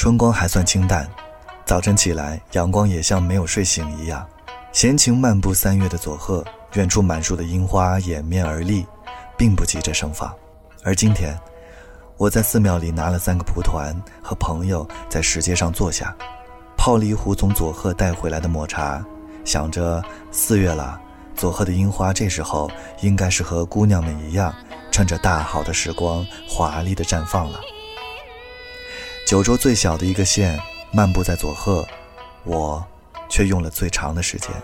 春光还算清淡，早晨起来阳光也像没有睡醒一样。闲情漫步3月的佐贺，远处满树的樱花掩面而立，并不急着盛放。而今天我在寺庙里拿了3个蒲团，和朋友在石阶上坐下，泡了一壶从佐贺带回来的抹茶，想着4月了，佐贺的樱花这时候应该是和姑娘们一样，趁着大好的时光华丽的绽放了。九州最小的一个县，漫步在佐贺，我却用了最长的时间。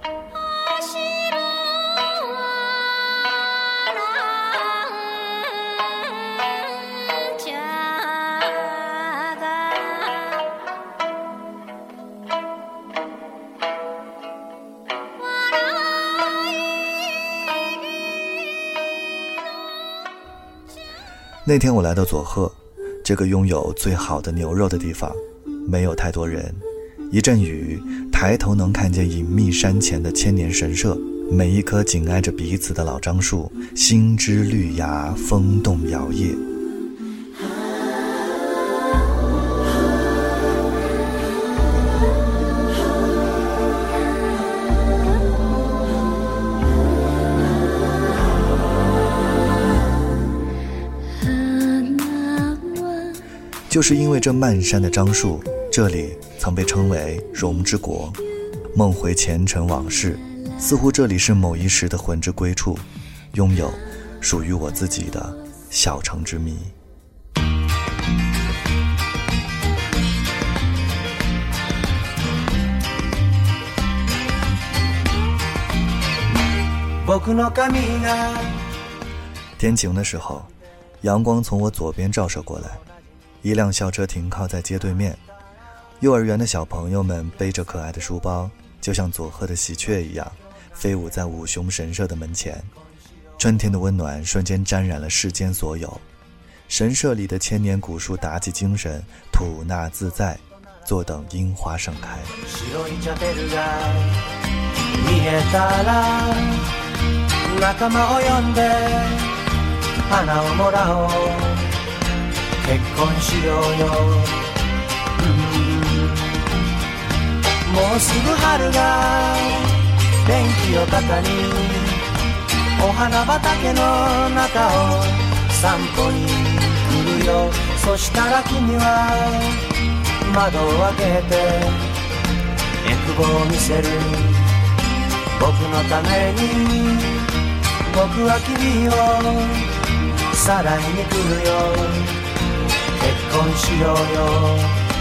那天我来到佐贺，这个拥有最好的牛肉的地方，没有太多人。一阵雨，抬头能看见隐秘山前的千年神社，每一棵紧挨着彼此的老樟树，新枝绿芽，风动摇曳。就是因为这漫山的樟树，这里曾被称为荣之国。梦回前尘往事，似乎这里是某一时的魂之归处，拥有属于我自己的小城之谜。天晴的时候，阳光从我左边照射过来，一辆校车停靠在街对面，幼儿园的小朋友们背着可爱的书包，就像佐贺的喜鹊一样，飞舞在五雄神社的门前。春天的温暖瞬间沾染了世间所有，神社里的千年古树打起精神，吐纳自在，坐等樱花盛开。仲間を呼んで花をもらおう結婚しようよ、もうすぐ春が電気を肩にお花畑の中を散歩に来るよ。そしたら君は窓を開けて欲望を見せる。僕のために僕は君をさらいに来るよ。結婚しようよ。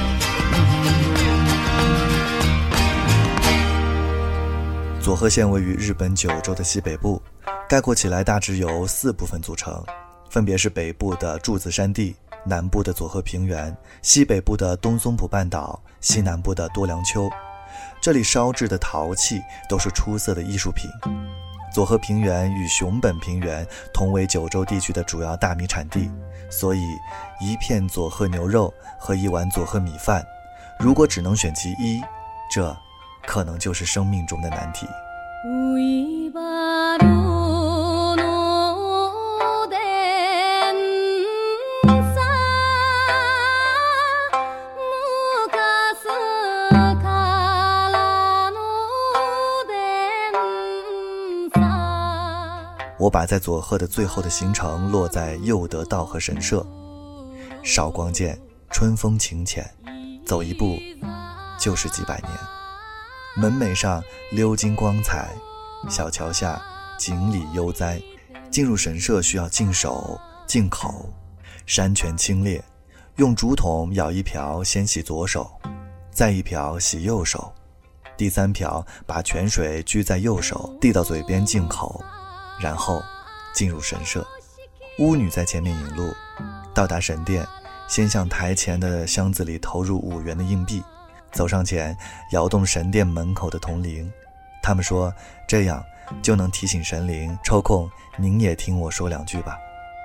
佐贺县位于日本九州的西北部，概括起来大致由4部分组成，分别是北部的柱子山地、南部的佐贺平原、西北部的东松浦半岛、西南部的多良丘。这里烧制的陶器都是出色的艺术品。佐贺平原与熊本平原同为九州地区的主要大米产地，所以一片佐贺牛肉和一碗佐贺米饭，如果只能选其一，这可能就是生命中的难题。我把在佐贺的最后的行程落在佑德道和神社。韶光渐，春风情浅，走一步就是几百年。门楣上鎏金光彩，小桥下锦鲤悠哉。进入神社需要净手净口，山泉清冽，用竹筒舀一瓢先洗左手，再一瓢洗右手，第3瓢把泉水掬在右手，递到嘴边净口，然后进入神社。巫女在前面引路，到达神殿，先向台前的箱子里投入5元的硬币，走上前摇动神殿门口的铜铃。他们说这样就能提醒神灵，抽空您也听我说2句吧。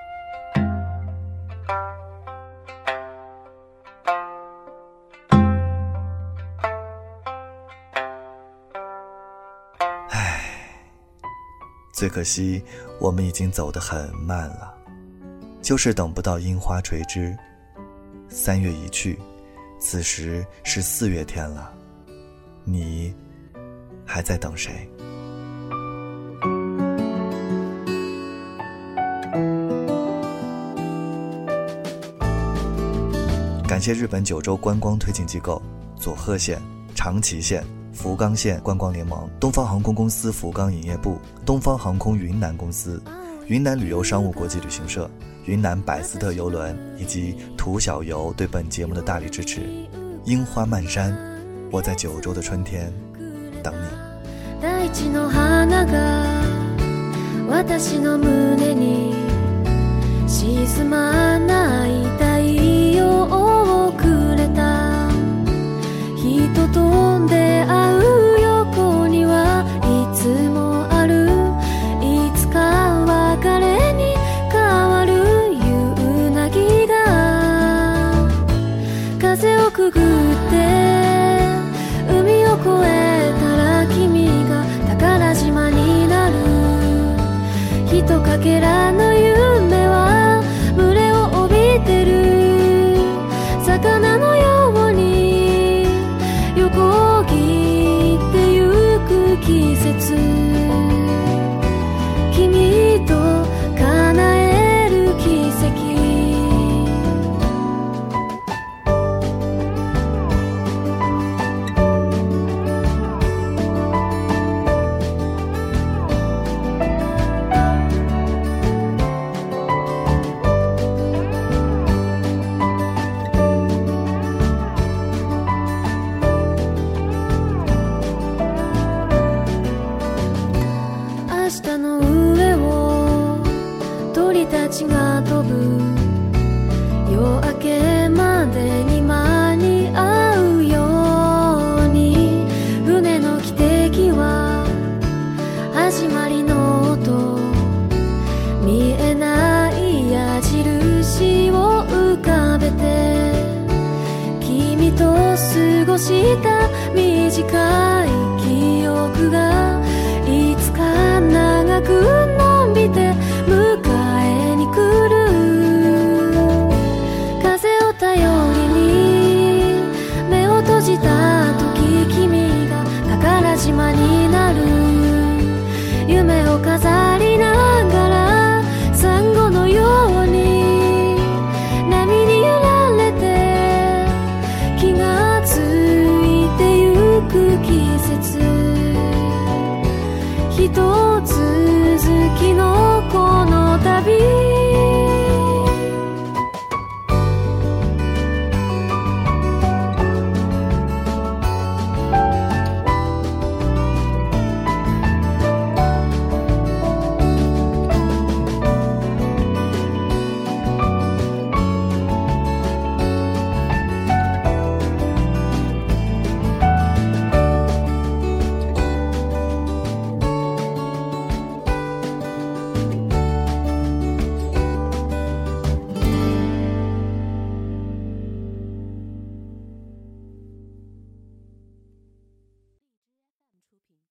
最可惜我们已经走得很慢了，就是等不到樱花垂枝。3月一去， 此时是4月天了，你还在等谁？感谢日本九州观光推进机构佐贺县、长崎县、福冈县观光联盟、东方航空公司福冈营业部、东方航空云南公司、云南旅游商务国际旅行社、云南百思特邮轮以及图小游对本节目的大力支持。樱花漫山，我在九州的春天等你。 大地の花が私の胸に沈まない太陽をくれた。人と出会う横にはいつもある、いつか別れに変わる夕凪が風をくぐって海を越えたら君が宝島になる。ひとかけらの夢は群れを帯びてる。魚のように横切ってゆく季節、君と叶える奇跡。明日の上を鳥たちが飛ぶ。夜明けまでに間に合うように船の汽笛は始まりの音、見えない矢印を浮かべて君と過ごした短い記憶が